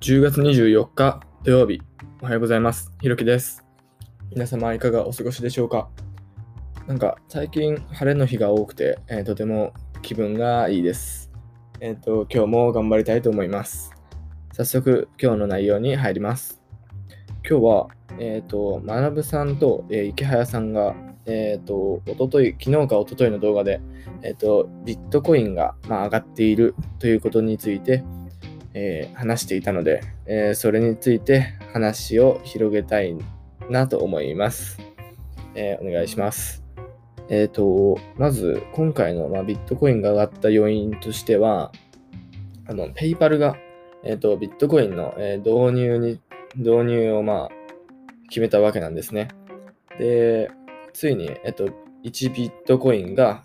10月24日土曜日、おはようございます。ひろきです。皆様いかがお過ごしでしょうか。最近晴れの日が多くて、とても気分がいいです。今日も頑張りたいと思います。早速今日の内容に入ります。今日は学さんと、池早さんが昨日か一昨日の動画でビットコインが、上がっているということについて話していたので、それについて話を広げたいなと思います。お願いします。まず今回の、ビットコインが上がった要因としては、ペイパルが、ビットコインの、導入を決めたわけなんですね。で、ついに、1ビットコインが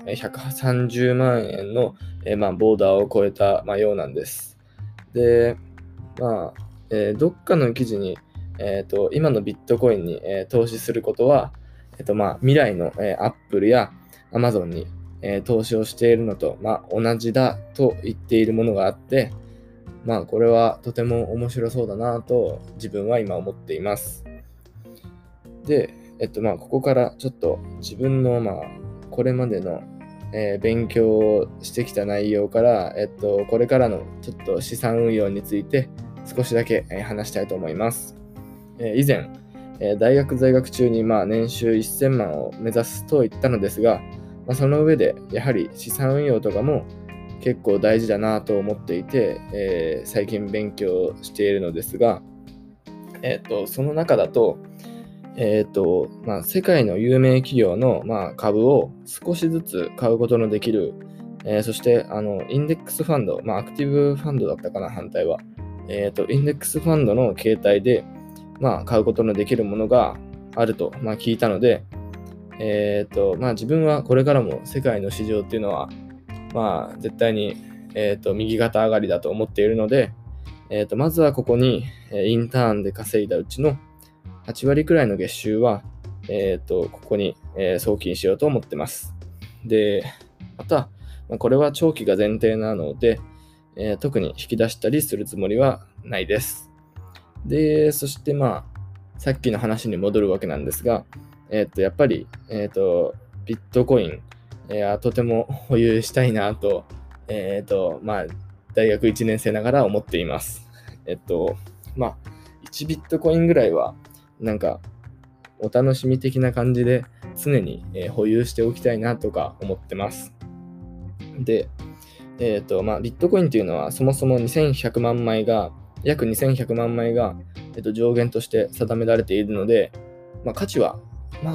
130万円の、ボーダーを超えた、ようなんです。で、どっかの記事に、今のビットコインに、投資することは、未来の、アップルやアマゾンに、投資をしているのと、同じだと言っているものがあって、これはとても面白そうだなと自分は今思っています。で、ここからちょっと自分のこれまでの勉強してきた内容から、これからのちょっと資産運用について少しだけ話したいと思います。以前、大学在学中に年収1000万を目指すと言ったのですが、その上でやはり資産運用とかも結構大事だなと思っていて、最近勉強しているのですが、その中だと世界の有名企業の、株を少しずつ買うことのできる、そしてインデックスファンド、アクティブファンドだったかな、反対は。インデックスファンドの形態で、買うことのできるものがあると、聞いたので、自分はこれからも世界の市場っていうのは、絶対に、右肩上がりだと思っているので、まずはここに、インターンで稼いだうちの8割くらいの月収は、ここに、送金しようと思ってます。で、また、これは長期が前提なので、特に引き出したりするつもりはないです。で、そしてさっきの話に戻るわけなんですが、やっぱり、ビットコイン、とても保有したいなと、大学1年生ながら思っています。1ビットコインぐらいは、お楽しみ的な感じで常に、保有しておきたいなとか思ってます。で、ビットコインというのはそもそも約2100万枚が、上限として定められているので、価値は、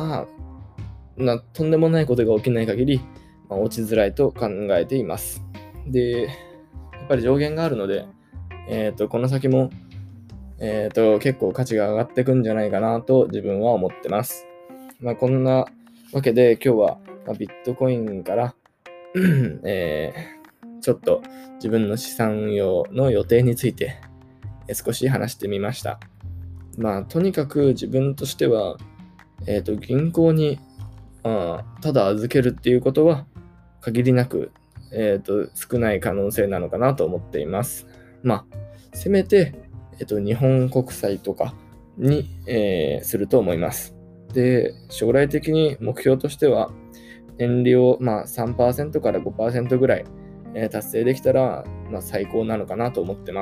とんでもないことが起きない限り、落ちづらいと考えています。で、やっぱり上限があるので、この先も結構価値が上がってくんじゃないかなと自分は思ってます。こんなわけで今日は、ビットコインからちょっと自分の資産運用の予定について少し話してみました。とにかく自分としては、銀行にただ預けるっていうことは限りなく、少ない可能性なのかなと思っています。せめて日本国債とかに、すると思います。で、将来的に目標としては、年利を3% から 5% ぐらい、達成できたら、最高なのかなと思ってます。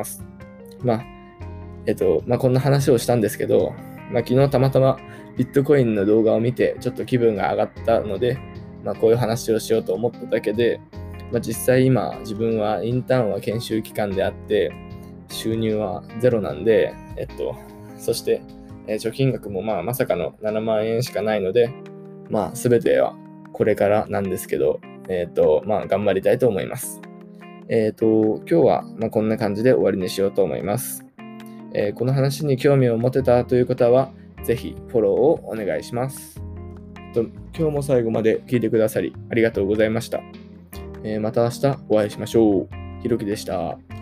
こんな話をしたんですけど、昨日たまたまビットコインの動画を見てちょっと気分が上がったので、こういう話をしようと思っただけで、実際今自分はインターンは研修期間であって収入はゼロなんで、そして、貯金額もまさかの7万円しかないので、全てはこれからなんですけど、頑張りたいと思います。今日はこんな感じで終わりにしようと思います。この話に興味を持てたという方は、ぜひフォローをお願いします。今日も最後まで聞いてくださりありがとうございました。また明日お会いしましょう。ひろきでした。